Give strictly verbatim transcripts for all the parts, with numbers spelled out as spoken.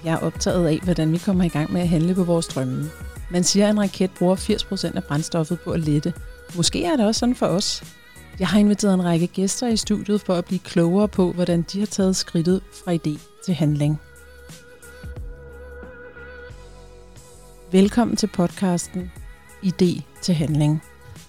Jeg er optaget af, hvordan vi kommer i gang med at handle på vores drømme. Man siger, at en raket bruger firs procent af brændstoffet på at lette. Måske er det også sådan for os. Jeg har inviteret en række gæster i studiet for at blive klogere på, hvordan de har taget skridtet fra idé til handling. Velkommen til podcasten Idé til handling.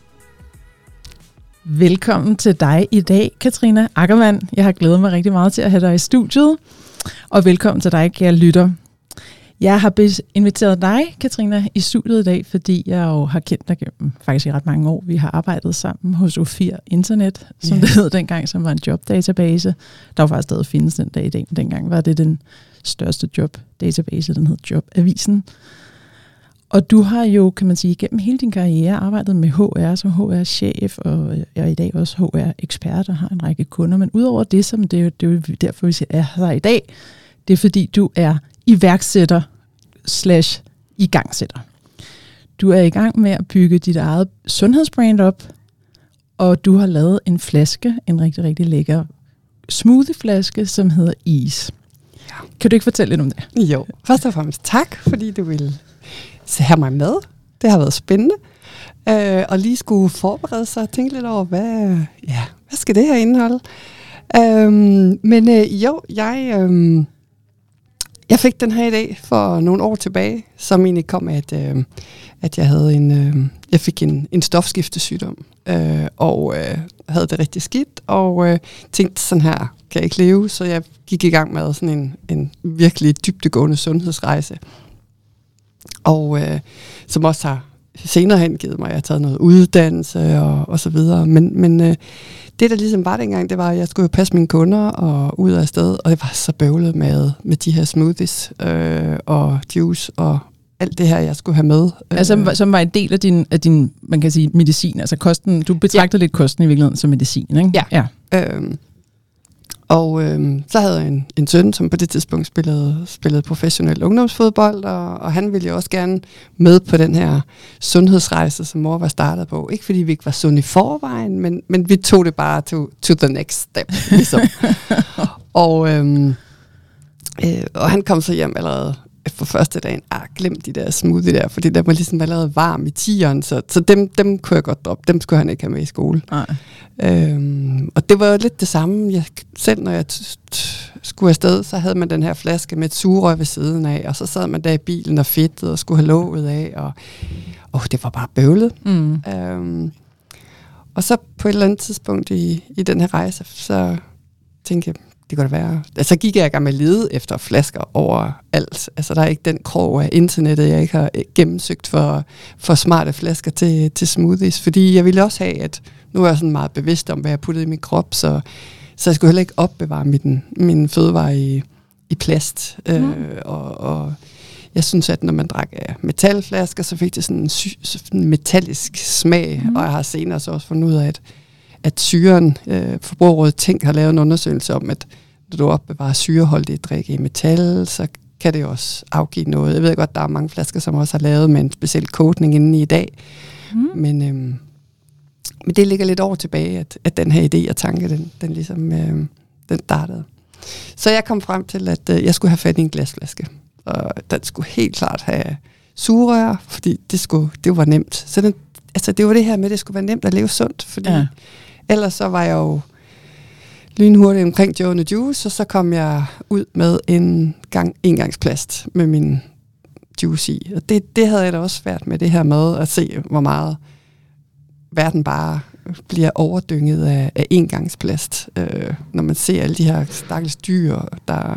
Velkommen til dig i dag, Katrina Ackermann. Jeg har glædet mig rigtig meget til at have dig i studiet. Og velkommen til dig, kære lytter. Jeg har inviteret dig, Katrina, i studiet i dag, fordi jeg jo har kendt dig gennem faktisk i ret mange år. Vi har arbejdet sammen hos O fire Internet, som yeah. det hed dengang, som var en jobdatabase. Der var faktisk stadig findes den dag i dag. Dengang var det den største jobdatabase, den hed Jobavisen. Og du har jo, kan man sige, gennem hele din karriere arbejdet med H R som H R-chef, og jeg er i dag også H R-ekspert og har en række kunder. Men udover det, som det er jo, det er jo derfor, vi er her i dag, det er fordi, du er iværksætter slash igangsætter. Du er i gang med at bygge dit eget sundhedsbrand op, og du har lavet en flaske, en rigtig, rigtig lækker smoothieflaske, som hedder Ease. Ja. Kan du ikke fortælle lidt om det? Jo, først og fremmest tak, fordi du ville have mig med. Det har været spændende. Øh, og lige skulle forberede sig og tænke lidt over, hvad, ja, hvad skal det her indeholde? Øh, men øh, jo, jeg, øh, jeg fik den her idé for nogle år tilbage, som egentlig kom af, at, øh, at jeg havde en, øh, jeg fik en, en stofskiftesygdom, øh, og øh, havde det rigtig skidt, og øh, tænkte, sådan her kan jeg ikke leve, så jeg gik i gang med sådan en, en virkelig dybdegående sundhedsrejse. Og øh, som også har senere hen givet mig, at jeg har taget noget uddannelse og, og så videre. Men, men øh, det, der ligesom var dengang, det var, at jeg skulle passe mine kunder og ud af sted, og det var så bøvlet med, med de her smoothies øh, og juice og alt det her, jeg skulle have med. Altså, som var en del af din, af din, man kan sige, medicin, altså kosten. Du betragter ja. lidt kosten i virkeligheden som medicin, ikke? Ja. ja. Øhm, Og øhm, så havde jeg en, en søn, som på det tidspunkt spillede, spillede professionel ungdomsfodbold, og, og han ville jo også gerne med på den her sundhedsrejse, som mor var startet på. Ikke fordi vi ikke var sunde i forvejen, men, men vi tog det bare to, to the next step, ligesom. og, øhm, øh, og han kom så hjem allerede efter første dagen. Ah, glem de der smoothie der, fordi der var ligesom allerede varm i tieren, så, så dem, dem kunne jeg godt droppe. Dem skulle han ikke have med i skole. Nej. Øhm, og det var jo lidt det samme. Jeg, selv når jeg t- t- skulle afsted, så havde man den her flaske med et sugerør ved siden af, og så sad man der i bilen og fedtede og skulle have låget af, og åh, det var bare bøvlet. Mm. Øhm, og så på et eller andet tidspunkt i, i den her rejse, så tænkte jeg, det kunne det være. Altså gik jeg i gang med at lede efter flasker over alt. Altså der er ikke den krog af internettet, jeg ikke har gennemsøgt for, for smarte flasker til, til smoothies. Fordi jeg ville også have, at nu er jeg sådan meget bevidst om, hvad jeg puttede i min krop, så, så jeg skulle heller ikke opbevare min, min fødevare i, i plast. Mm. Øh, og, og jeg synes, at når man drak af metalflasker, så fik det sådan en, sy- sådan en metallisk smag. Mm. Og jeg har senere så også fundet ud af, at at syren, øh, Forbrugerrådet Tænk har lavet en undersøgelse om, at når du opbevarer syreholdige drikke i metal, så kan det jo også afgive noget. Jeg ved godt, der er mange flasker, som også har lavet med en speciel coating inde i dag. Mm. Men, øhm, men det ligger lidt over tilbage, at, at den her idé og tanke, den, den ligesom øh, den startede. Så jeg kom frem til, at øh, jeg skulle have fat i en glasflaske. Og den skulle helt klart have sugerør, fordi det, skulle, det var nemt. Så den, altså, det var det her med, at det skulle være nemt at leve sundt, fordi ja. Ellers så var jeg jo lynhurtigt omkring Joe and Juice, og så kom jeg ud med en gang engangsplast med min juice i. Og det, det havde jeg da også svært med, det her med at se, hvor meget verden bare bliver overdynget af, af engangsplast. Øh, når man ser alle de her stakkels dyr, der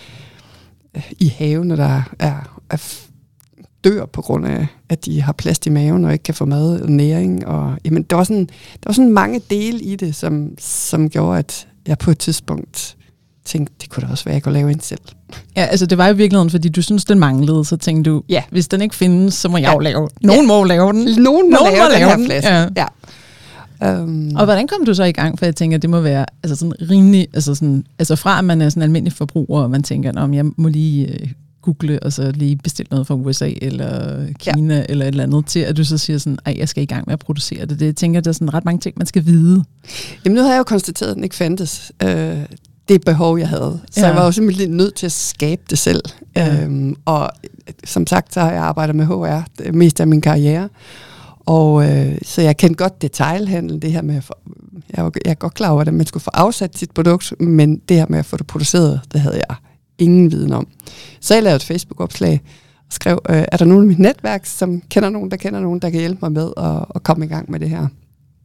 øh, i haven, der er, er dør på grund af, at de har plast i maven og ikke kan få mad og næring. Og, jamen, der var sådan, der var sådan mange dele i det, som, som gjorde, at jeg på et tidspunkt tænkte, det kunne da også være, at jeg kunne lave en selv. Ja, altså det var i virkeligheden, fordi du synes, den manglede, så tænkte du, ja, hvis den ikke findes, så må jeg jo ja. lave den. Nogen ja. må lave den. Nogen må Nogen lave, må lave den, den her flaske. Ja. Ja. Um, og hvordan kom du så i gang? For jeg tænker, det må være altså sådan rimelig, altså, sådan, altså fra at man er sådan almindelig forbruger, og man tænker, om jeg må lige øh, google, og så lige bestille noget fra U S A, eller Kina, ja. eller et eller andet, til at du så siger sådan, ej, jeg skal i gang med at producere det. Det jeg tænker, der er sådan ret mange ting, man skal vide. Jamen nu har jeg jo konstateret, at den ikke fandtes. Øh, det behov, jeg havde. Så Ja. jeg var jo simpelthen nødt til at skabe det selv. Ja. Øhm, og som sagt, så har jeg arbejdet med H R det mest af min karriere. Og øh, så jeg kendte godt detailhandel, det her med, at få, jeg, var, jeg er godt klar over, at man skulle få afsat sit produkt, men det her med at få det produceret, det havde jeg ingen viden om. Så jeg lavede et Facebook-opslag og skrev, øh, er der nogen i mit netværk, som kender nogen, der kender nogen, der kan hjælpe mig med at, at komme i gang med det her.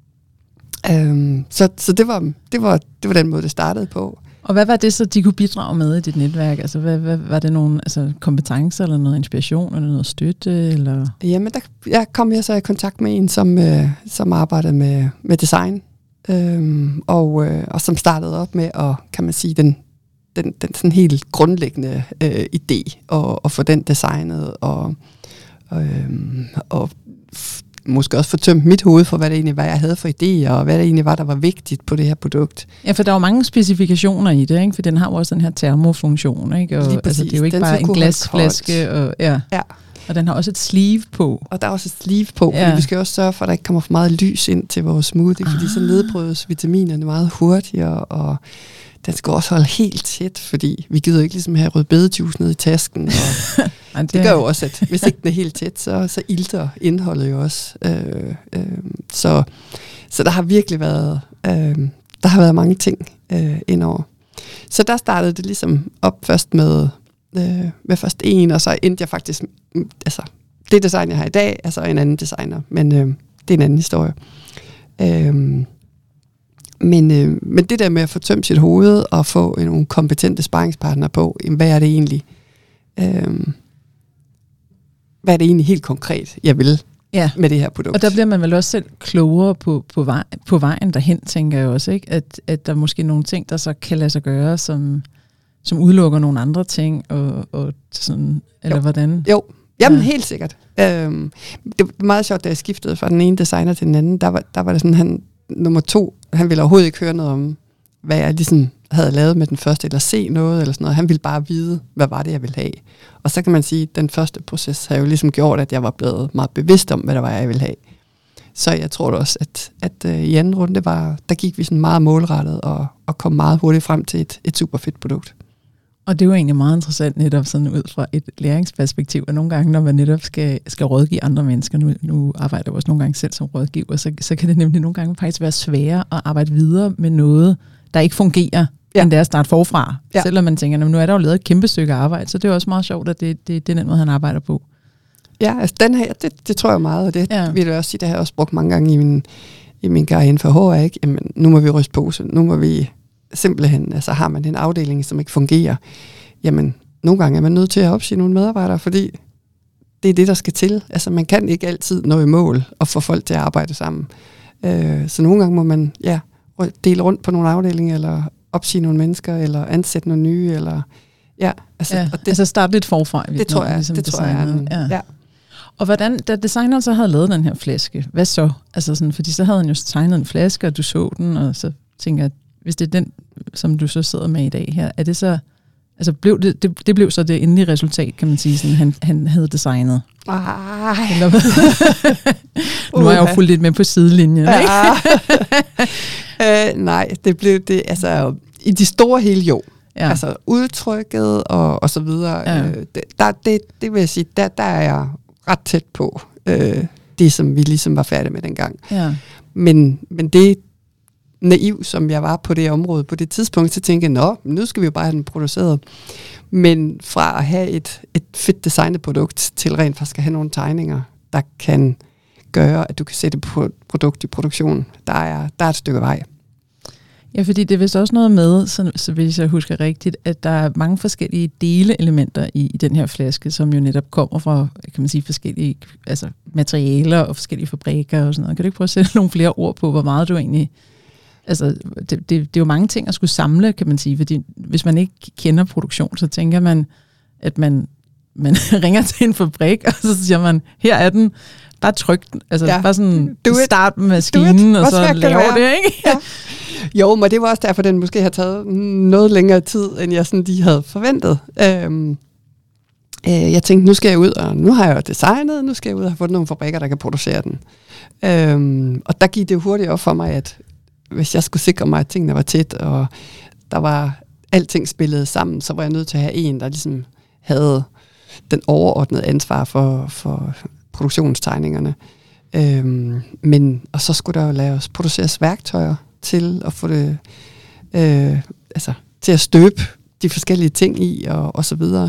Øhm, så så det, var, det, var, det var den måde, det startede på. Og hvad var det så, de kunne bidrage med i dit netværk? Altså, hvad, hvad, var det nogle altså, kompetencer, eller noget inspiration, eller noget støtte? Eller? Jamen, der jeg kom jeg så i kontakt med en, som, øh, som arbejdede med, med design, øhm, og, øh, og som startede op med at, kan man sige, den, den, den sådan helt grundlæggende øh, idé, og, og få den designet, og, og, øh, og f- måske også få tømt mit hoved for, hvad det egentlig var, jeg havde for idéer, og hvad det egentlig var, der var vigtigt på det her produkt. Ja, for der er jo mange specifikationer i det, ikke? For den har jo også den her termofunktion, ikke? Og, altså, det er jo ikke Den bare skal en kunne glasflaske, og, ja. Ja. Og den har også et sleeve på. Og der er også et sleeve på, Ja. fordi vi skal også sørge for, at der ikke kommer for meget lys ind til vores smoothie, fordi Ah. så nedbrydes vitaminerne meget hurtigere, og den skal også holde helt tæt, fordi vi gider ikke ligesom have rødbedejuice ned i tasken. Og Ej, det, det gør jo også, at hvis ikke den er helt tæt, så, så ilter indholdet jo også. Øh, øh, så, så der har virkelig været, øh, der har været mange ting øh, indover. Så der startede det ligesom op først med, øh, med først en, og så endte jeg faktisk, altså det design, jeg har i dag, er så en anden designer, men øh, det er en anden historie. Øh, Men, øh, men det der med at få tømt sit hoved og få øh, nogle kompetente sparringspartnere på, jamen, hvad er det egentlig? Øh, hvad er det egentlig helt konkret, jeg vil ja. med det her produkt? Og der bliver man vel også selv klogere på, på, vej, på vejen derhen, tænker jeg også, ikke? At, at der er måske nogle ting, der så kan lade sig gøre, som, som udelukker nogle andre ting, og, og sådan, eller Jo. hvordan? Jo, jamen Ja. helt sikkert. Øhm, det var meget sjovt, da jeg skiftede fra den ene designer til den anden, der var, der var det sådan, han nummer to, han ville overhovedet ikke høre noget om, hvad jeg ligesom havde lavet med den første, eller se noget, eller sådan noget. Han ville bare vide, hvad var det, jeg ville have. Og så kan man sige, at den første proces har jo ligesom gjort, at jeg var blevet meget bevidst om, hvad det var, jeg ville have. Så jeg tror også, at, at uh, i anden runde, var, der gik vi sådan meget målrettet, og, og kom meget hurtigt frem til et, et super fedt produkt. Og det er jo egentlig meget interessant netop sådan ud fra et læringsperspektiv, at nogle gange, når man netop skal, skal rådgive andre mennesker, nu, nu arbejder jeg også nogle gange selv som rådgiver, så, så kan det nemlig nogle gange faktisk være sværere at arbejde videre med noget, der ikke fungerer, ja. end det er at starte forfra. Ja. Selvom man tænker, nu er der jo lavet et kæmpe stykke arbejde, så det er også meget sjovt, at det, det, det er den måde, han arbejder på. Ja, altså den her, det, det tror jeg meget, og det ja. vil jeg også sige, det har jeg også brugt mange gange i min, i min karriere inden for H R, ikke? Jamen, nu må vi ryste på, så nu må vi simpelthen, altså har man en afdeling, som ikke fungerer, jamen, nogle gange er man nødt til at opsige nogle medarbejdere, fordi det er det, der skal til. Altså, man kan ikke altid nå i mål og få folk til at arbejde sammen. Øh, så nogle gange må man, ja, dele rundt på nogle afdelinger, eller opsige nogle mennesker, eller ansætte nogle nye, eller, ja. Altså, ja, og det, altså starte lidt forfra. Det tror jeg, ligesom det tror jeg er, ja. ja. Og hvordan, da designeren så havde lavet den her flaske, hvad så? Altså sådan, fordi så havde han jo tegnet en flaske, og du så den, og så tænker jeg, hvis det er den, som du så sidder med i dag her, er det så, altså blev det, det, det blev så det endelige resultat, kan man sige, sådan, han, han havde designet. Ej. Eller, nu har jeg jo fulgt lidt med på sidelinjen, ja. ikke? øh, nej, det blev det, altså, i de store hele jo. Ja. Altså udtrykket og, og så videre. Ja. Øh, det, der, det, det vil jeg sige, der, der er jeg ret tæt på øh, det, som vi ligesom var færdige med dengang. Ja. Men, men det naiv, som jeg var på det område på det tidspunkt, så tænkte jeg, nå, nu skal vi jo bare have den produceret. Men fra at have et, et fedt designet produkt, til rent faktisk at have nogle tegninger, der kan gøre, at du kan sætte på produkt i produktion, der er, der er et stykke vej. Ja, fordi det er vist også noget med, så, så hvis jeg husker rigtigt, at der er mange forskellige delelementer i, i den her flaske, som jo netop kommer fra, kan man sige, forskellige altså materialer og forskellige fabrikker og sådan noget. Kan du ikke prøve at sætte nogle flere ord på, hvor meget du egentlig... Altså, det, det, det er jo mange ting at skulle samle, kan man sige, fordi hvis man ikke kender produktion, så tænker man, at man, man ringer til en fabrik, og så siger man, her er den, bare tryk den, altså ja. bare sådan start med maskinen, og så lave det, ikke? Ja. Jo, men det var også derfor, den måske har taget noget længere tid, end jeg sådan lige havde forventet. Øhm, øh, jeg tænkte, nu skal jeg ud, og nu har jeg jo designet, nu skal jeg ud og have fundet nogle fabrikker, der kan producere den. Øhm, og der gik det hurtigt op for mig, at hvis jeg skulle sikre mig, at tingene var tæt, og der var alting spillede sammen, så var jeg nødt til at have en, der ligesom havde den overordnede ansvar for, for produktionstegningerne. Øhm, men, og så skulle der jo laves, produceres værktøjer til at få det, øh, altså til at støbe de forskellige ting i, og, og så videre.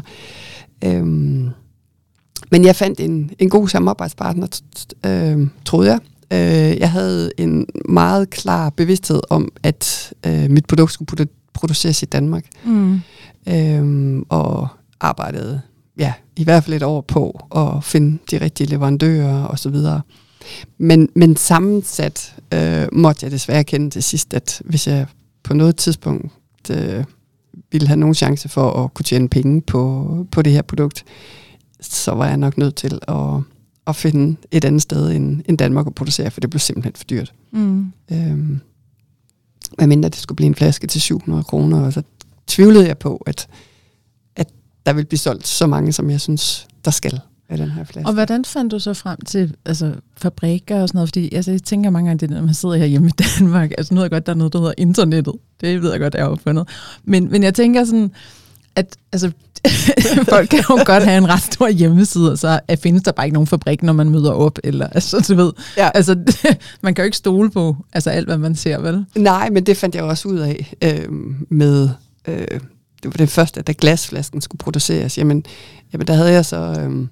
Øhm, men jeg fandt en, en god samarbejdspartner, øh, troede jeg. Øh, jeg havde en meget klar bevidsthed om, at øh, mit produkt skulle produceres i Danmark. Mm. Øhm, og arbejdede ja, i hvert fald et år på at finde de rigtige leverandører og så videre. Men, men sammensat øh, måtte jeg desværre kende til sidst, at hvis jeg på noget tidspunkt øh, ville have nogen chance for at kunne tjene penge på, på det her produkt, så var jeg nok nødt til at, at finde et andet sted end, end Danmark at producere, for det blev simpelthen for dyrt. Mm. Øhm, hvad mindre det skulle blive en flaske til syv hundrede kroner, og så tvivlede jeg på, at, at der ville blive solgt så mange, som jeg synes, der skal af den her flaske. Og hvordan fandt du så frem til altså, fabrikker og sådan noget? Fordi altså, jeg tænker mange gange, det når man sidder her hjemme i Danmark, altså nu ved jeg godt, der er noget, der hedder internettet. Det ved jeg godt, jeg har opfundet. Men, men jeg tænker sådan, at altså, folk kan jo godt have en ret stor hjemmeside, og så findes der bare ikke nogen fabrik, når man møder op, eller altså, du ved, ja. altså, man kan jo ikke stole på altså, alt, hvad man ser, vel? Nej, men det fandt jeg også ud af øh, med, øh, det var det første, da glasflasken skulle produceres, jamen, jamen der havde jeg så, øh,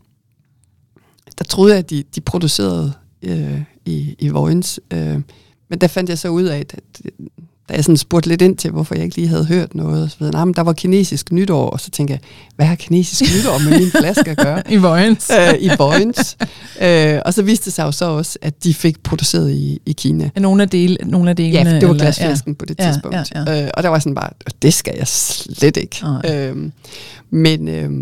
der troede jeg, at de, de producerede øh, i, i Vojens, øh, men der fandt jeg så ud af, at da jeg sådan spurgte lidt ind til, hvorfor jeg ikke lige havde hørt noget, så ved jeg, nej, men der var kinesisk nytår, og så tænkte jeg, hvad har kinesisk nytår med min flaske at gøre? I Vojens. Øh, I Vojens. øh, og så viste det sig jo så også, at de fik produceret i, i Kina. Nogle af, del, nogle af delene? Ja, det var glasflasken ja. på det ja, tidspunkt. Ja, ja. Øh, og der var sådan bare, det skal jeg slet ikke. Øh, men, øh,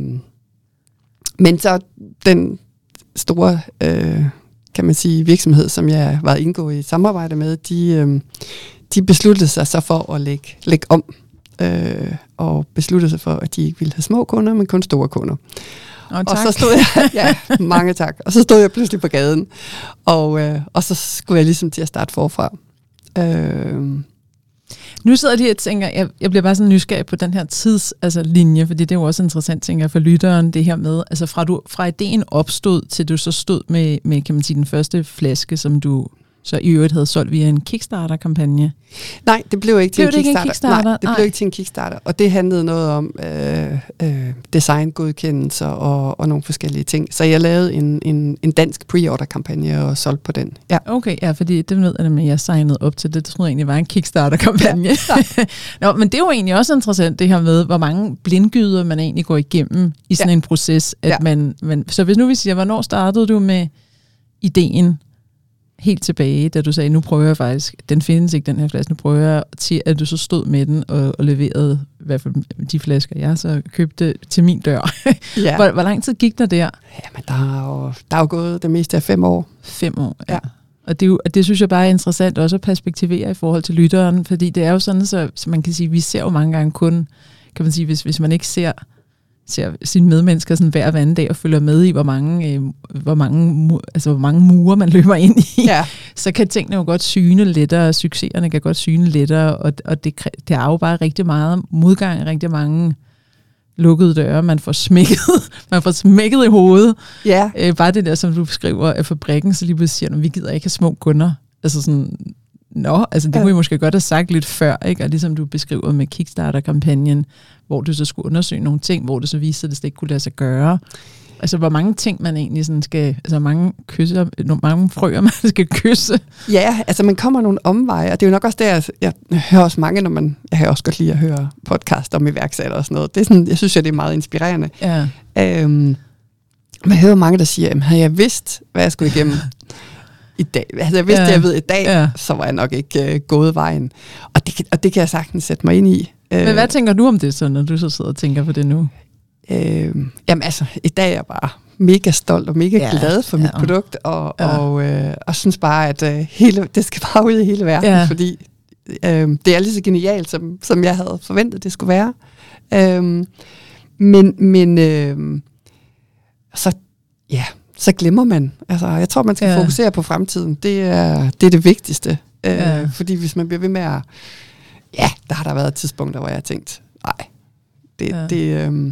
men så den store, øh, kan man sige, virksomhed, som jeg var indgået i et samarbejde med, de... Øh, De besluttede sig så for at lægge, lægge om, øh, og besluttede sig for, at de ikke ville have små kunder, men kun store kunder. Oh, og så stod jeg, ja, mange tak, og så stod jeg pludselig på gaden, og, øh, og så skulle jeg ligesom til at starte forfra. Øh. Nu sidder jeg lige og tænker, jeg, jeg bliver bare sådan nysgerrig på den her tidslinje, altså, linje, fordi det er jo også interessant, tænker jeg, for lytteren, det her med, altså fra, du, fra ideen opstod, til du så stod med, med, kan man sige, den første flaske, som du så i øvrigt havde solgt via en Kickstarter-kampagne. Nej, det blev ikke til blev en, Kickstarter. en Kickstarter. Nej, det blev Nej. ikke til en Kickstarter. Og det handlede noget om øh, øh, designgodkendelser og, og nogle forskellige ting. Så jeg lavede en, en, en dansk pre-order-kampagne og solgte på den. Ja. Okay, ja, fordi det ved jeg, at jeg signede op til det. Det troede jeg egentlig var en Kickstarter-kampagne. Ja, Nå, men det er jo egentlig også interessant, det her med, hvor mange blindgyder man egentlig går igennem i sådan ja. en proces. At ja. man, man, så hvis nu vi siger, hvornår startede du med ideen? Helt tilbage, da du sagde, nu prøver jeg faktisk, den findes ikke, den her flaske, nu prøver jeg til, at du så stod med den og, og leverede i hvert fald de flasker, jeg så købte til min dør. Ja. hvor, hvor lang tid gik der der? Jamen, der er jo, der er jo gået det meste af fem år. Fem år, ja. ja. Og det, er jo, det synes jeg bare er interessant også at perspektivere i forhold til lytteren, fordi det er jo sådan, så, så man kan sige, vi ser jo mange gange kun, kan man sige, hvis, hvis man ikke ser ser sine medmennesker sådan hver anden dag og følger med i, hvor mange, øh, hvor mange, altså, hvor mange mure man løber ind i, ja. så kan tingene jo godt syne lettere, succeserne kan godt syne lettere, og, og det, det er jo bare rigtig meget modgang, rigtig mange lukkede døre, man får smækket, man får smækket i hovedet. Ja. Øh, bare det der, som du beskriver af fabrikken, så lige pludselig siger, vi gider ikke have små kunder. Altså sådan, nå, altså det ja. kunne I måske godt have sagt lidt før, ikke? Og ligesom du beskriver med Kickstarter-kampagnen, hvor du så skulle undersøge nogle ting, hvor det så viste, at det ikke kunne lade sig gøre. Altså, hvor mange ting man egentlig sådan skal, altså mange kysser, mange frøer man skal kysse. Ja, altså man kommer nogle omveje, og det er jo nok også der, jeg hører også mange, når man, jeg har også godt lide at høre podcast om iværksætter og sådan noget. Det er sådan, jeg synes jo, det er meget inspirerende. Ja. Øhm, man hører mange, der siger, jamen havde jeg vidst, hvad jeg skulle igennem i dag, altså jeg vidste, ja. jeg ved i dag, ja. så var jeg nok ikke uh, gået vejen. Og det, og det kan jeg sagtens sætte mig ind i. Men hvad tænker du om det så, når du så sidder og tænker på det nu? Øh, jamen altså, i dag er jeg bare mega stolt og mega ja, glad for ja, mit produkt, og, ja. og, øh, og synes bare, at øh, hele, det skal bare ud i hele verden, ja. fordi øh, det er lige så genialt, som, som jeg havde forventet, det skulle være. Øh, men men øh, så, ja, så glemmer man. Altså, jeg tror, man skal ja. fokusere på fremtiden. Det er det, er det vigtigste. Øh, ja. Fordi hvis man bliver ved med at... Ja, der har der været tidspunkter, hvor jeg har tænkt, nej, det, ja. det, øhm,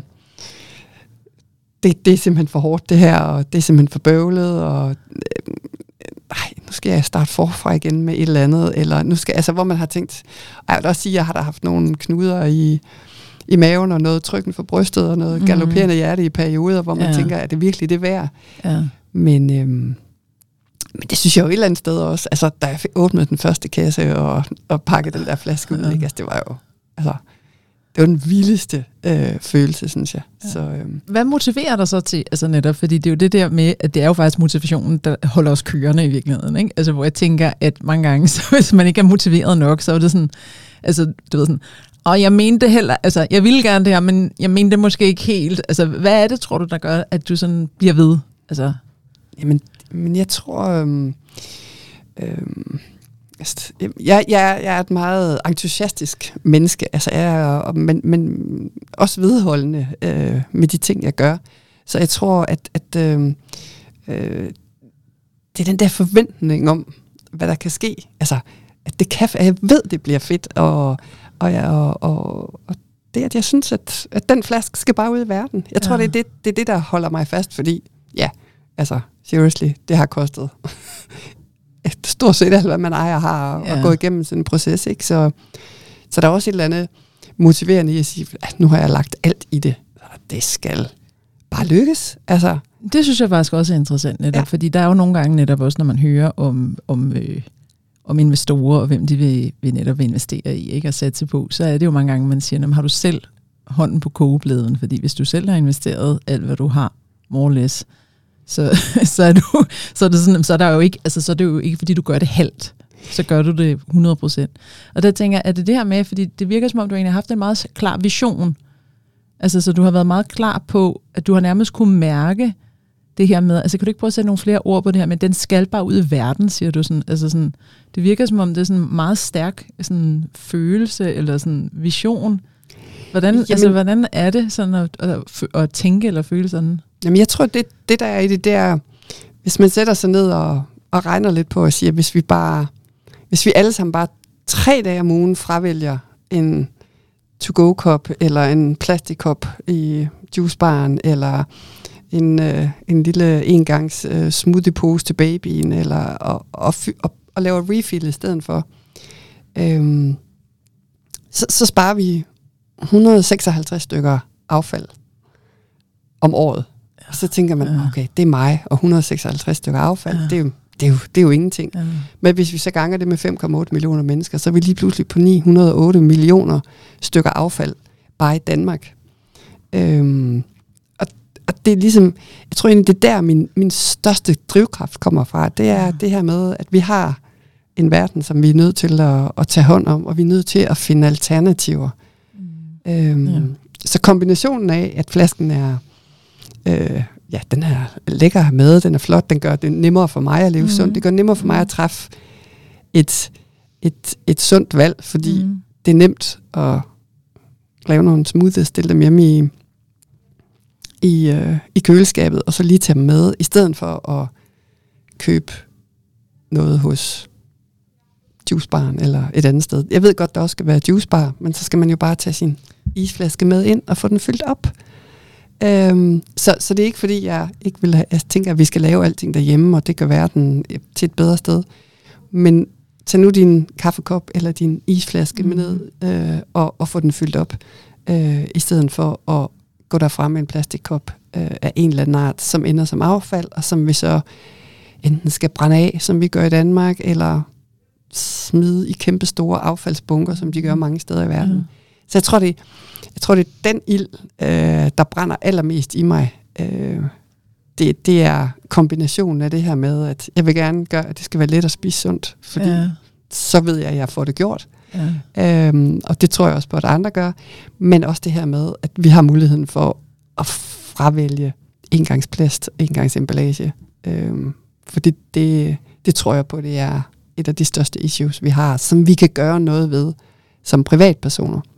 det, det er simpelthen for hårdt det her, og det er simpelthen for bøvlet, og øh, nej, nu skal jeg starte forfra igen med et eller andet, eller nu skal, altså hvor man har tænkt, ej, jeg vil også sige, at jeg har da haft nogle knuder i, i maven, og noget trykken for brystet, og noget mm. galopperende hjerte i perioder, hvor man ja. tænker, er det virkelig det værd? Ja. Men, øhm, men det synes jeg jo et eller andet sted også, altså da jeg åbnede den første kasse, og, og pakkede den der flaske ud, ja. ikke? Altså det var jo, altså, det var den vildeste øh, følelse, synes jeg. Ja. Så, øhm. Hvad motiverer dig så til, altså netop, fordi det er jo det der med, at det er jo faktisk motivationen, der holder os kørende i virkeligheden, ikke? Altså hvor jeg tænker, at mange gange, så hvis man ikke er motiveret nok, så er det sådan, altså du ved sådan, og jeg mente det heller, altså jeg ville gerne det her, men jeg mente det måske ikke helt. Altså hvad er det, tror du, der gør, at du sådan bliver ved? Altså. Jamen, men jeg tror, øhm, øhm, jeg, jeg, jeg er et meget entusiastisk menneske, altså jeg er, men, men også vedholdende øh, med de ting, jeg gør. Så jeg tror, at, at øh, øh, det er den der forventning om, hvad der kan ske. Altså, at det kan, at jeg ved, det bliver fedt, og, og, jeg, og, og, og det, at jeg synes, at, at den flaske skal bare ud i verden. Jeg tror, ja. det, er det, det er det, der holder mig fast, fordi, ja, altså, seriously, det har kostet stort set alt, hvad man ejer har, ja. og gå igennem sådan en proces, ikke? Så, så der er også et eller andet motiverende i at sige, at nu har jeg lagt alt i det, og det skal bare lykkes. Altså. Det synes jeg faktisk også er interessant, netop, ja. fordi der er jo nogle gange netop også, når man hører om, om, øh, om investorer, og hvem de vil, vil netop investere i, ikke, og satse på, så er det jo mange gange, man siger, har du selv hånden på kogeblæden, fordi hvis du selv har investeret alt, hvad du har, more or less, Så, så, er du, så, er det sådan, så, er der jo ikke, altså, så er det jo ikke, fordi du gør det halvt. Så gør du det hundrede procent. Og der tænker jeg, er det det her med, fordi det virker som om, du egentlig har haft en meget klar vision. Altså, så du har været meget klar på, at du har nærmest kunne mærke det her med, altså kan du ikke prøve at sætte nogle flere ord på det her, men den skal bare ud i verden, siger du sådan. Altså sådan, det virker som om, det er sådan en meget stærk sådan, følelse, eller sådan vision. Hvordan, Jamen, altså, hvordan er det sådan at, at, at tænke eller føle sådan? Jamen jeg tror, det, det der er i det, det er, hvis man sætter sig ned og, og regner lidt på og siger, hvis vi bare, hvis vi alle sammen bare tre dage om ugen fravælger en to-go-kop, eller en plastikkop i juicebaren, eller en, øh, en lille engangs øh, smoothiepose til babyen, eller og, og, og, og laver refill i stedet for, øhm, så, så sparer vi et hundrede og seksoghalvtreds stykker affald om året. Og så tænker man, okay, det er mig, og et hundrede og seksoghalvtreds stykker affald, ja. det, er jo, det, er jo, det er jo ingenting. Ja. Men hvis vi så ganger det med fem komma otte millioner mennesker, så er vi lige pludselig på ni hundrede og otte millioner stykker affald, bare i Danmark. Øhm, og, og det er ligesom, jeg tror egentlig, det er der, min, min største drivkraft kommer fra. Det er ja. det her med, at vi har en verden, som vi er nødt til at, at tage hånd om, og vi er nødt til at finde alternativer. Mm. Øhm, ja. Så kombinationen af, at flasken er Øh, ja, den er lækker med, den er flot, den gør det nemmere for mig at leve mm. sundt. Det gør det nemmere for mig at træffe et, et, et sundt valg, fordi mm. det er nemt at lave nogle smoothies, stille dem hjemme i, i, øh, i køleskabet, og så lige tage dem med, i stedet for at købe noget hos juicebaren eller et andet sted. Jeg ved godt, der også skal være juicebar, men så skal man jo bare tage sin isflaske med ind og få den fyldt op. Øhm, så, så det er ikke fordi, jeg ikke vil have, jeg tænker, at vi skal lave alting derhjemme, og det gør verden til et bedre sted. Men tag nu din kaffekop eller din isflaske mm. med ned øh, og, og få den fyldt op, øh, i stedet for at gå derfra med en plastikkop øh, af en eller anden art, som ender som affald, og som vi så enten skal brænde af, som vi gør i Danmark, eller smide i kæmpe store affaldsbunker, som de gør mange steder i verden. Mm. Så jeg tror, det, jeg tror, det er den ild, øh, der brænder allermest i mig. Øh, det, det er kombinationen af det her med, at jeg vil gerne gøre, at det skal være let at spise sundt, fordi ja. så ved jeg, at jeg får det gjort. Ja. Øhm, og det tror jeg også på, at andre gør. Men også det her med, at vi har muligheden for at fravælge engangsplast, engangsemballage. Øhm, for det, det, det tror jeg på, det er et af de største issues, vi har, som vi kan gøre noget ved som privatpersoner.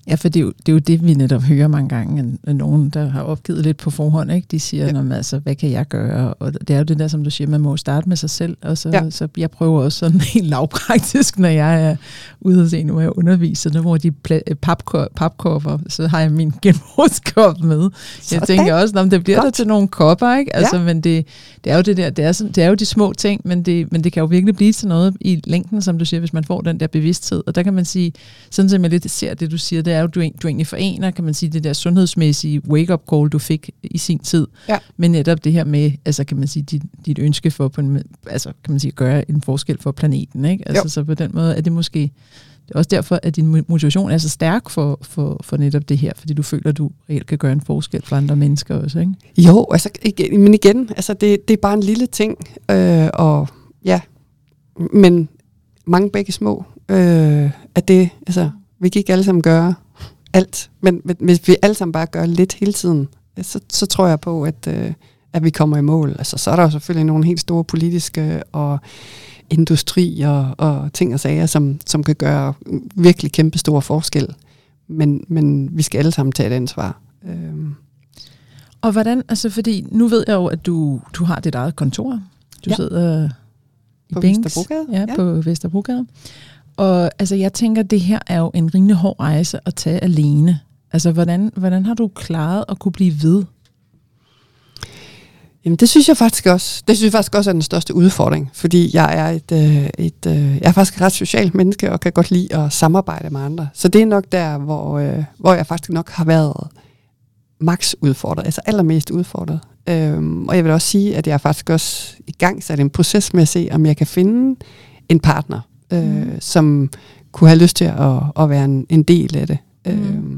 Ja, for det er, jo, det er jo det, vi netop hører mange gange, at nogen, der har opgivet lidt på forhånd, ikke? De siger, ja. altså, hvad kan jeg gøre? Og det er jo det der, som du siger, man må starte med sig selv, og så, ja. så jeg prøver også sådan helt lavpraktisk, når jeg er ude og se, nu er jeg underviser, nu hvor de papkopper, så har jeg min genbrugskop med. Så jeg tænker også, om det bliver Godt. der til nogle kopper, ikke? Altså, ja. men det, det er jo det der, det er, sådan, det er jo de små ting, men det, men det kan jo virkelig blive til noget i længden, som du siger, hvis man får den der bevidsthed. Og der kan man sige, sådan som jeg lidt ser det, du siger, det er jo, du, du egentlig forener, kan man sige, det der sundhedsmæssige wake-up call, du fik i sin tid, ja. men netop det her med, altså kan man sige, dit, dit ønske for på en, altså kan man sige, at gøre en forskel for planeten, ikke? Altså jo. Så på den måde er det måske, det er også derfor, at din motivation er så stærk for, for, for netop det her, fordi du føler, at du reelt kan gøre en forskel for andre mennesker også, ikke? Jo, altså, igen, men igen, altså det, det er bare en lille ting, øh, og ja, men mange begge små, øh, at det, altså, vi kan ikke alle sammen gøre alt, men, men hvis vi alle sammen bare gør lidt hele tiden, så, så tror jeg på, at, øh, at vi kommer i mål. Altså, så er der jo selvfølgelig nogle helt store politiske og industri og, og ting og sager, som, som kan gøre virkelig kæmpe store forskel. Men, men vi skal alle sammen tage et ansvar. Øhm. Og hvordan, altså fordi nu ved jeg jo, at du, du har dit eget kontor. Du ja. sidder i på Bings, Vesterbrogade. Ja, ja, på Vesterbrogade. Og altså, jeg tænker, det her er jo en rimelig hård rejse at tage alene. Altså, hvordan, hvordan har du klaret at kunne blive ved? Jamen, det synes jeg faktisk også. Det synes jeg faktisk også er den største udfordring, fordi jeg er et, øh, et øh, jeg er faktisk et ret socialt menneske og kan godt lide at samarbejde med andre. Så det er nok der, hvor, øh, hvor jeg faktisk nok har været maks udfordret, altså allermest udfordret. Øhm, og jeg vil også sige, at jeg er faktisk også i gang sat en proces med at se, om jeg kan finde en partner, øh, mm. som kunne have lyst til at, at være en, en del af det. Mm. Øhm,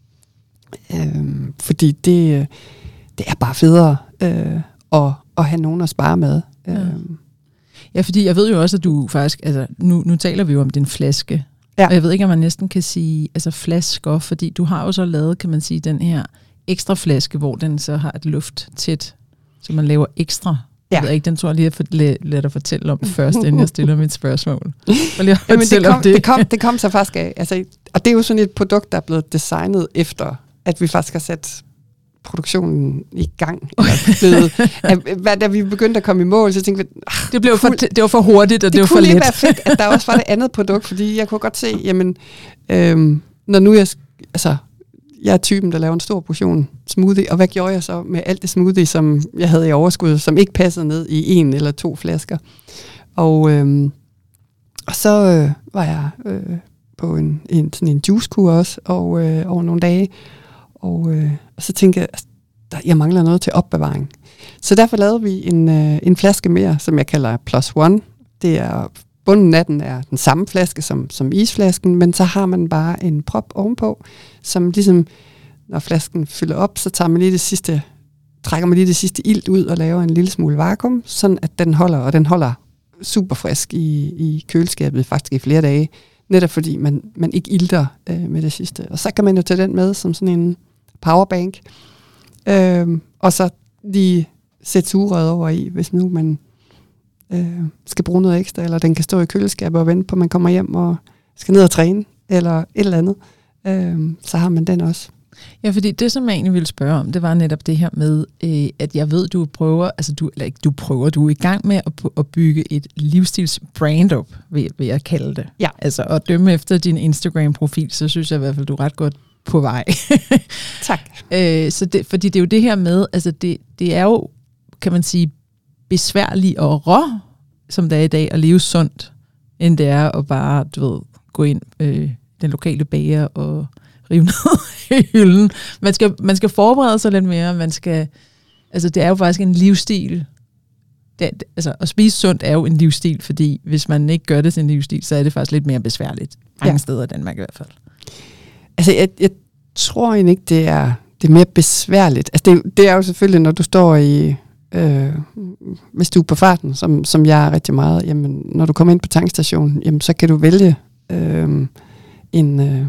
øhm, fordi det, det er bare federe øh, at, at have nogen at spare med. Ja. Øhm. Ja, fordi jeg ved jo også, at du faktisk, altså nu, nu taler vi jo om din flaske, ja. Og jeg ved ikke, om man næsten kan sige, altså flasker, fordi du har jo så lavet, kan man sige, den her ekstra flaske, hvor den så har et luft tæt, så man laver ekstra. Ja. Jeg ved ikke, den tror jeg lige, at lade lad dig fortælle om først, inden jeg stiller mit spørgsmål. Lige Jamen, det, kom, det. Det, kom, det kom så faktisk af. Altså, og det er jo sådan et produkt, der er blevet designet efter, at vi faktisk har sat produktionen i gang. Blevet, at, da vi begyndte at komme i mål, så tænkte vi, ah, det, blev for, det var for hurtigt, og det, det var for let. Det kunne være fedt, at der også var det andet produkt, fordi jeg kunne godt se, jamen, øhm, når nu jeg, altså, jeg er typen, der laver en stor portion smoothie, og hvad gjorde jeg så med alt det smoothie, som jeg havde i overskud, som ikke passede ned i en eller to flasker. Og, øhm, og så øh, var jeg øh, på en, en, sådan en juicekur også, og, øh, over nogle dage, og, øh, og så tænkte jeg, altså, der, jeg mangler noget til opbevaring. Så derfor lavede vi en, øh, en flaske mere, som jeg kalder Plus One. Det er, bunden af den er den samme flaske som, som isflasken, men så har man bare en prop ovenpå, som ligesom, når flasken fylder op, så tager man lige det sidste, trækker man lige det sidste ilt ud og laver en lille smule vakuum, sådan at den holder, og den holder super frisk i, i køleskabet, faktisk i flere dage, netop fordi man, man ikke ilter øh, med det sidste. Og så kan man jo tage den med som sådan en powerbank, øh, og så lige sætte sugerøret over i, hvis nu man øh, skal bruge noget ekstra, eller den kan stå i køleskabet og vente på, at man kommer hjem og skal ned og træne, eller et eller andet. Øh, så har man den også. Ja, fordi det, som jeg egentlig ville spørge om, det var netop det her med, øh, at jeg ved, du prøver, altså du, eller ikke du prøver, du er i gang med at, at bygge et livsstilsbrand op, vil, vil jeg kalde det. Ja. Altså at dømme efter din Instagram-profil, så synes jeg i hvert fald, du er ret godt på vej. Tak. øh, så det, fordi det er jo det her med, altså det, det er jo, kan man sige, besværligt og rå, som det er i dag, at leve sundt, end det er at bare, du ved, gå ind øh, den lokale bager og rive ned i hylden. Man skal, man skal forberede sig lidt mere, man skal, altså det er jo faktisk en livsstil. Det, altså at spise sundt er jo en livsstil, fordi hvis man ikke gør det til en livsstil, så er det faktisk lidt mere besværligt. Mange ja. steder i Danmark i hvert fald. Altså jeg, jeg tror egentlig ikke, det er, det er mere besværligt. Altså det, det er jo selvfølgelig, når du står i, øh, hvis du er på farten, som, som jeg er rigtig meget, jamen når du kommer ind på tankstationen, jamen så kan du vælge øh, en... Øh,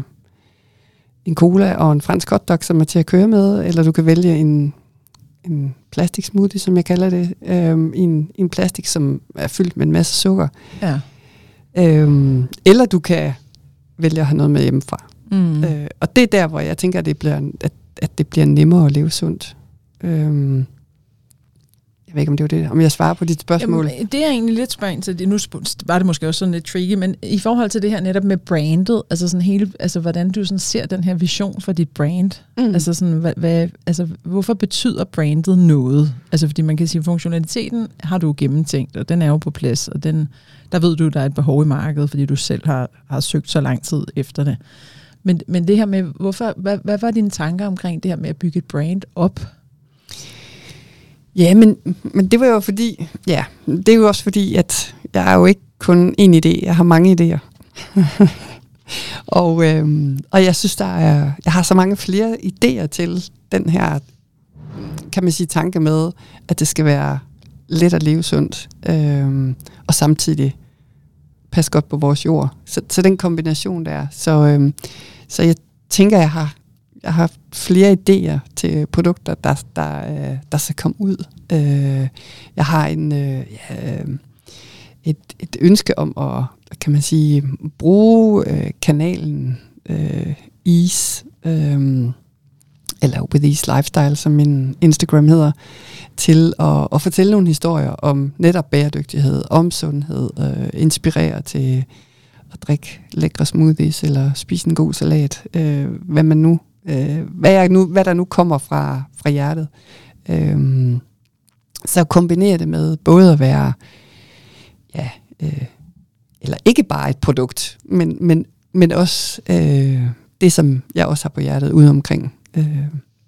en cola og en fransk hotdog, som er til at køre med, eller du kan vælge en, en plastik smoothie, som jeg kalder det, øhm, en, en plastik, som er fyldt med en masse sukker. Ja. Øhm, eller du kan vælge at have noget med hjemmefra. Mm. Øh, og det er der, hvor jeg tænker, at det bliver, at, at det bliver nemmere at leve sundt. Øhm, jeg ved ikke, om det var det, om jeg svarer på dit spørgsmål. Jamen, det er egentlig lidt spørgsmål til det. Nu var det måske også sådan lidt tricky, men i forhold til det her netop med brandet, altså sådan hele, altså hvordan du sådan ser den her vision for dit brand, mm. altså sådan, hvad, hvad, altså hvorfor betyder brandet noget? Altså fordi man kan sige, funktionaliteten har du gennemtænkt, og den er jo på plads, og den, der ved du, der er et behov i markedet, fordi du selv har, har søgt så lang tid efter det. Men, men det her med, hvorfor, hvad, hvad var dine tanker omkring det her med at bygge et brand op? Ja, men, men det var jo fordi, ja, det er jo også fordi, at jeg er jo ikke kun en idé, jeg har mange idéer. og, øhm, og jeg synes, der er, jeg har så mange flere idéer til den her, kan man sige, tanke med, at det skal være let at leve sundt, øhm, og samtidig passe godt på vores jord. Så, så den kombination der. Så, øhm, så jeg tænker, jeg har Jeg har flere idéer til produkter, der, der, der skal komme ud. Jeg har en, et, et ønske om at, kan man sige, bruge kanalen Ease, eller With Ease Lifestyle, som min Instagram hedder, til at, at fortælle nogle historier om netop bæredygtighed, om sundhed, inspirere til at drikke lækre smoothies, eller spise en god salat, hvad man nu Øh, hvad, jeg nu, hvad der nu kommer fra, fra hjertet. Øhm, så kombinere det med både at være, ja, øh, eller ikke bare et produkt, men, men, men også øh, det, som jeg også har på hjertet ude omkring. Øh,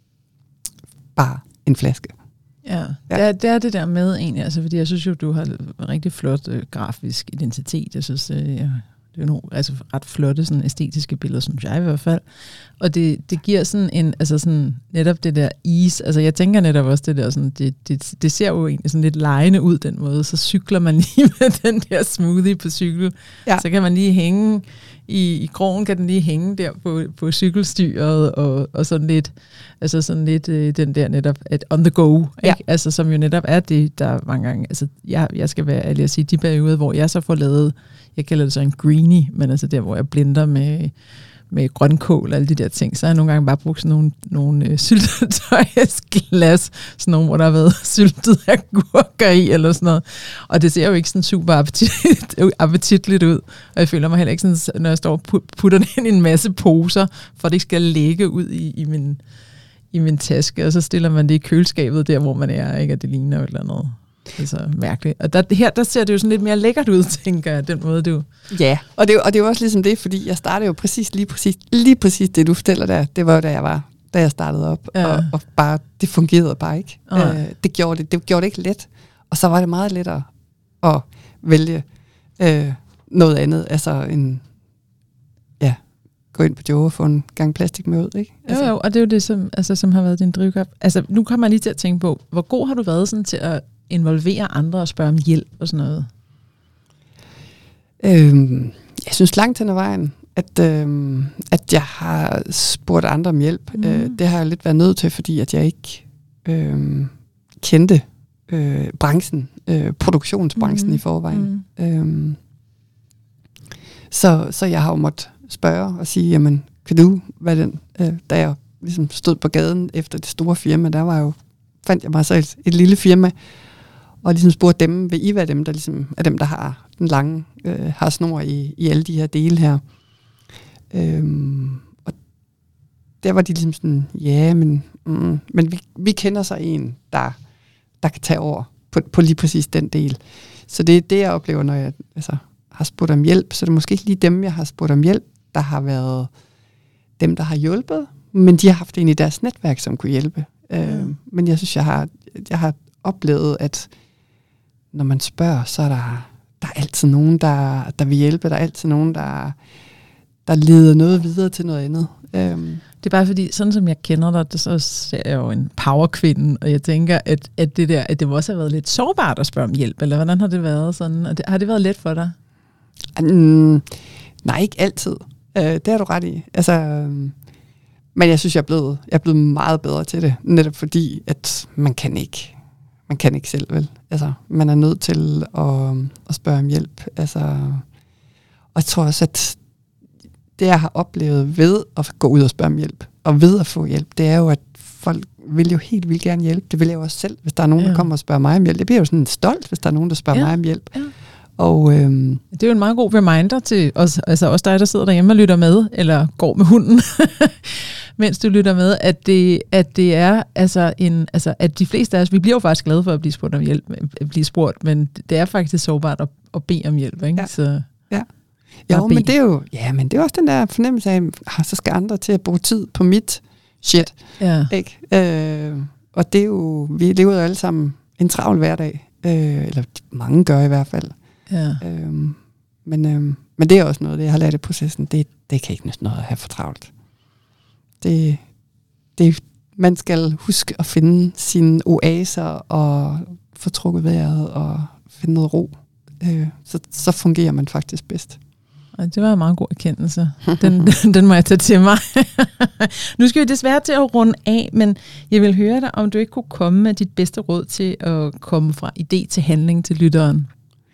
bare en flaske. Ja, ja. Det, er, det er det der med egentlig, altså, fordi jeg synes jo, du har en rigtig flot øh, grafisk identitet. Jeg synes, øh, jeg det er nogle altså ret flotte sådan æstetiske billeder, synes jeg i hvert fald. Og det, det giver sådan en, altså sådan netop det der ease, altså jeg tænker netop også det der sådan, det, det, det ser jo egentlig sådan lidt legende ud den måde, så cykler man lige med den der smoothie på cykel, ja. Så kan man lige hænge, i, i krogen kan den lige hænge der på, på cykelstyret, og, og sådan lidt, altså sådan lidt øh, den der netop, at on the go, ikke? Ja. Altså som jo netop er det, der mange gange, altså jeg, jeg skal være ærlig at sige, de perioder, hvor jeg så får lavet, jeg kalder det så en greenie, men altså der, hvor jeg blender med, med grønkål og alle de der ting, så har jeg nogle gange bare brugt sådan nogle, nogle øh, syltetøjsglas, sådan nogle, hvor der har været syltet agurker i, eller sådan noget. Og det ser jo ikke sådan super appetit, appetitligt ud. Og jeg føler mig heller ikke sådan, når jeg står og putter det ind i en masse poser, for det ikke skal ligge ud i, i, min, i min taske, og så stiller man det i køleskabet der, hvor man er, ikke? Og det ligner jo et eller andet. Det er så mærkeligt. Og der, her, der ser det jo sådan lidt mere lækkert ud, tænker jeg, den måde du... Ja, og det, og det er jo også ligesom det, fordi jeg startede jo præcis, lige præcis, lige præcis det, du fortæller der. Det var jo, da jeg var, da jeg startede op, ja. og, og bare, det fungerede bare ikke. Ja. Øh, det, gjorde det, det gjorde det ikke let. Og så var det meget lettere at vælge øh, noget andet, altså en... Ja, gå ind på Joe og få en gang plastik med ud, ikke? Altså. Jo, jo, og det er jo det, som, altså, som har været din drivkraft. Altså, nu kommer jeg lige til at tænke på, hvor god har du været sådan til at involvere andre og spørge om hjælp og sådan noget? Øhm, jeg synes langt hen ad vejen, at, øhm, at jeg har spurgt andre om hjælp. Mm. Øh, det har jeg lidt været nødt til, fordi at jeg ikke øhm, kendte øh, branchen, øh, produktionsbranchen mm. i forvejen. Mm. Øhm, så, så jeg har jo måttet spørge og sige, jamen, kan du, hvad den, øh, da jeg ligesom stod på gaden efter det store firma, der var jo, fandt jeg mig så et, et lille firma, og ligesom spurgte dem, vil I være dem, der ligesom er dem, der har den lange, øh, har snor i, i alle de her dele her. Øhm, og der var de ligesom sådan, ja, men, mm, men vi, vi kender så en, der, der kan tage over på, på lige præcis den del. Så det er det, jeg oplever, når jeg altså, har spurgt om hjælp. Så det er måske ikke lige dem, jeg har spurgt om hjælp, der har været dem, der har hjulpet, men de har haft en i deres netværk, som kunne hjælpe. Mm. Øhm, men jeg synes, jeg har, jeg har oplevet, at når man spørger, så er der, der er altid nogen, der, der vil hjælpe. Der er altid nogen, der, der leder noget videre til noget andet. Um. Det er bare fordi, sådan som jeg kender dig, så ser jeg jo en powerkvinde, og jeg tænker, at, at, det der, at det må også have været lidt sårbart at spørge om hjælp, eller hvordan har det været sådan? Og det, har det været let for dig? Um, nej, ikke altid. Uh, det har du ret i. Altså, um, men jeg synes, jeg er, blevet, jeg er blevet meget bedre til det, netop fordi, at man kan ikke... Man kan ikke selv, vel? Altså, man er nødt til at, at spørge om hjælp. Altså, og jeg tror også, at det, jeg har oplevet ved at gå ud og spørge om hjælp, og ved at få hjælp, det er jo, at folk vil jo helt vildt gerne hjælpe. Det vil jeg jo også selv, hvis der er nogen, ja. der kommer og spørger mig om hjælp. Det bliver jo sådan stolt, hvis der er nogen, der spørger ja. mig om hjælp. Ja. Og, øhm, det er jo en meget god reminder til os, altså også dig, der sidder derhjemme og lytter med, eller går med hunden, mens du lytter med, at det, at det er altså en, altså at de fleste af os, vi bliver jo faktisk glade for at blive spurgt om hjælp, at blive spurgt, men det er faktisk sårbart at, at bede om hjælp, ikke? Ja. Så, ja. Jo, men det er jo, ja, men det er også den der fornemmelse af, at så skal andre til at bruge tid på mit shit, ja. ikke? Øh, og det er jo, vi lever jo alle sammen en travl hverdag, øh, eller mange gør i hvert fald. Ja. Øhm, men, øhm, men det er også noget, det jeg har lært i processen, det, det kan ikke næsten noget at have for travlt. Det, det, man skal huske at finde sine oaser og få trukket vejret og finde noget ro. Øh, så, så fungerer man faktisk bedst. Og det var en meget god erkendelse. Den, den må jeg tage til mig. Nu skal vi desværre til at runde af, men jeg vil høre dig, om du ikke kunne komme med dit bedste råd til at komme fra idé til handling til lytteren.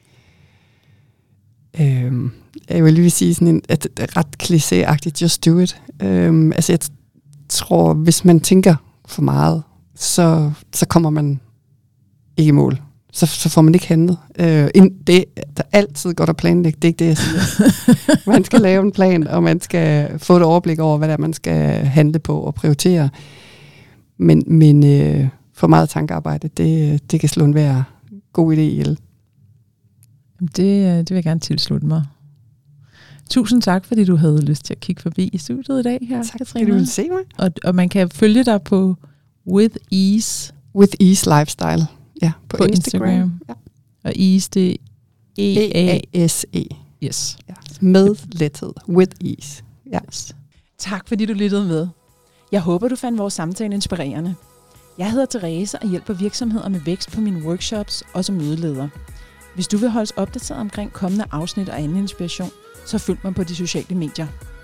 Øhm, jeg vil lige sige sådan en et, et ret klichéagtigt, just do it. Øhm, altså jeg tror, hvis man tænker for meget, så, så kommer man ikke i mål. Så, så får man ikke handlet. Øh, det er altid godt at planlægge, det er ikke det, jeg siger. Man skal lave en plan, og man skal få et overblik over, hvad der man skal handle på og prioritere. Men, men øh, for meget tankearbejde, det, det kan slå en hver god idé ihjel. Det, det vil jeg gerne tilslutte mig. Tusind tak, fordi du havde lyst til at kigge forbi i studiet i dag her, tak, Katrine. Tak, du vil se mig. Og, og man kan følge dig på With Ease. With Ease Lifestyle. Ja, på, på Instagram. Instagram. Ja. Og Ease, det er E A S E. Yes. Ja. Med lethed. With Ease. Ja. Yes. Tak, fordi du lyttede med. Jeg håber, du fandt vores samtale inspirerende. Jeg hedder Therese og hjælper virksomheder med vækst på mine workshops og som mødeleder. Hvis du vil holdes opdateret omkring kommende afsnit og anden inspiration, så følg mig på de sociale medier.